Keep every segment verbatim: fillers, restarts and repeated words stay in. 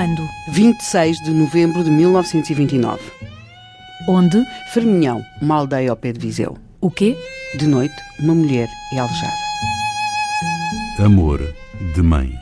Quando? vinte e seis de novembro de mil novecentos e vinte e nove. Onde? Ferminhão, uma aldeia ao pé de Viseu. O quê? De noite, uma mulher é alvejada. Amor de mãe.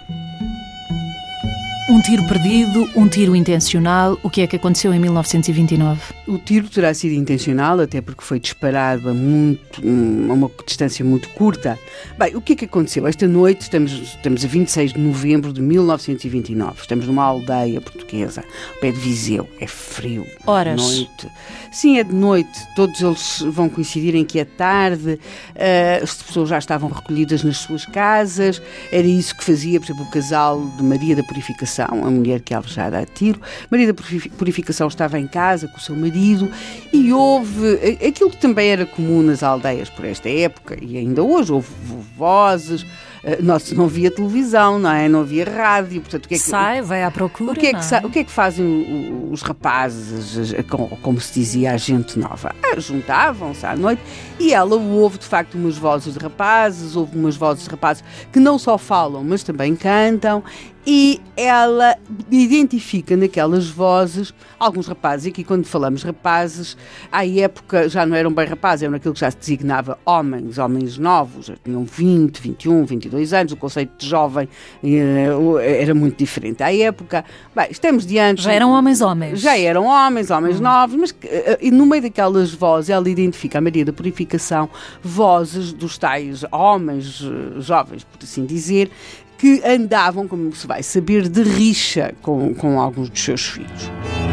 Um tiro perdido, um tiro intencional. O que é que aconteceu em mil novecentos e vinte e nove? O tiro terá sido intencional, até porque foi disparado a, muito, a uma distância muito curta. Bem, o que é que aconteceu? Esta noite, estamos, estamos a vinte e seis de novembro de mil novecentos e vinte e nove. Estamos numa aldeia portuguesa, ao pé de Viseu. É frio. Horas? Noite. Sim, é de noite. Todos eles vão coincidir em que é tarde. Uh, as pessoas já estavam recolhidas nas suas casas. Era isso que fazia, por exemplo, o casal de Maria da Purificação, a mulher que é alvejada a tiro. Maria da Purificação estava em casa com o seu marido e houve aquilo que também era comum nas aldeias por esta época e ainda hoje, houve vozes. Não, não havia televisão, não é? Não havia rádio, portanto, o que é que, sai, vai à procura. O que é que, é? o que, é que fazem os rapazes, como se dizia, a gente nova? Ah, juntavam-se à noite e ela ouve de facto umas vozes de rapazes, ouve umas vozes de rapazes que não só falam, mas também cantam. E ela identifica naquelas vozes alguns rapazes, e aqui quando falamos rapazes, à época já não eram bem rapazes, eram aquilo que já se designava homens, homens novos, já tinham vinte, vinte e um, vinte e dois anos, o conceito de jovem eh, era muito diferente. À época, bem, estamos diante... Já eram homens-homens. Já eram homens, homens hum. novos, mas e no meio daquelas vozes ela identifica, a Maria da Purificação, vozes dos tais homens jovens, por assim dizer, que andavam, como se vai saber, de rixa com, com alguns dos seus filhos.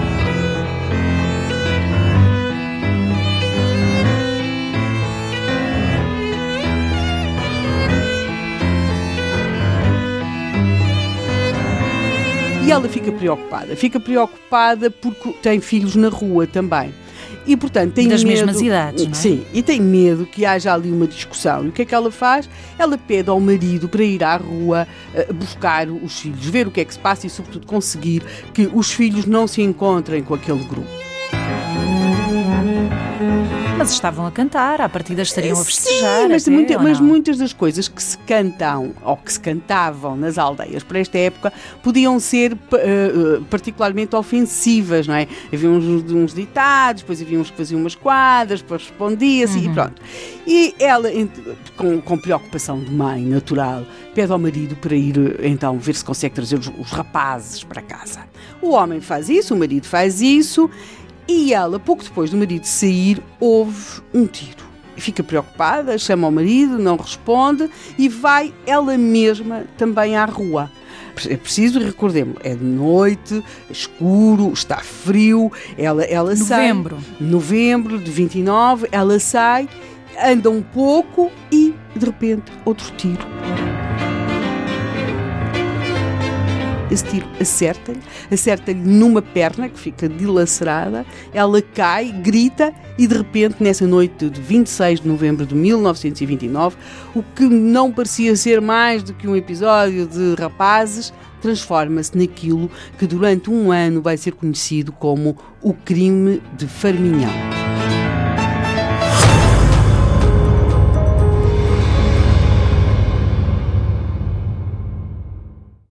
E ela fica preocupada. Fica preocupada porque tem filhos na rua também. E, portanto, tem das medo, mesmas idades, não é? Sim, e tem medo que haja ali uma discussão. E o que é que ela faz? Ela pede ao marido para ir à rua uh, buscar os filhos, ver o que é que se passa e, sobretudo, conseguir que os filhos não se encontrem com aquele grupo. Mas estavam a cantar, à partida estariam a festejar. Sim, mas, até, muita, mas não? muitas das coisas que se cantam ou que se cantavam nas aldeias por esta época podiam ser uh, particularmente ofensivas, não é? Havia uns, uns ditados, depois havia uns que faziam umas quadras, depois respondia-se uhum. e pronto. E ela, com, com preocupação de mãe natural, pede ao marido para ir então ver se consegue trazer os, os rapazes para casa. O homem faz isso, o marido faz isso. E ela, pouco depois do marido sair, ouve um tiro. Fica preocupada, chama o marido, não responde e vai ela mesma também à rua. É preciso, recordemos, é de noite, escuro, está frio, ela, ela novembro. sai... Novembro de vinte e nove, ela sai, anda um pouco e, de repente, outro tiro. Esse tiro acerta-lhe, acerta-lhe numa perna que fica dilacerada, ela cai, grita e de repente, nessa noite de vinte e seis de novembro de mil novecentos e vinte e nove, o que não parecia ser mais do que um episódio de rapazes, transforma-se naquilo que durante um ano vai ser conhecido como o crime de Ferminhão.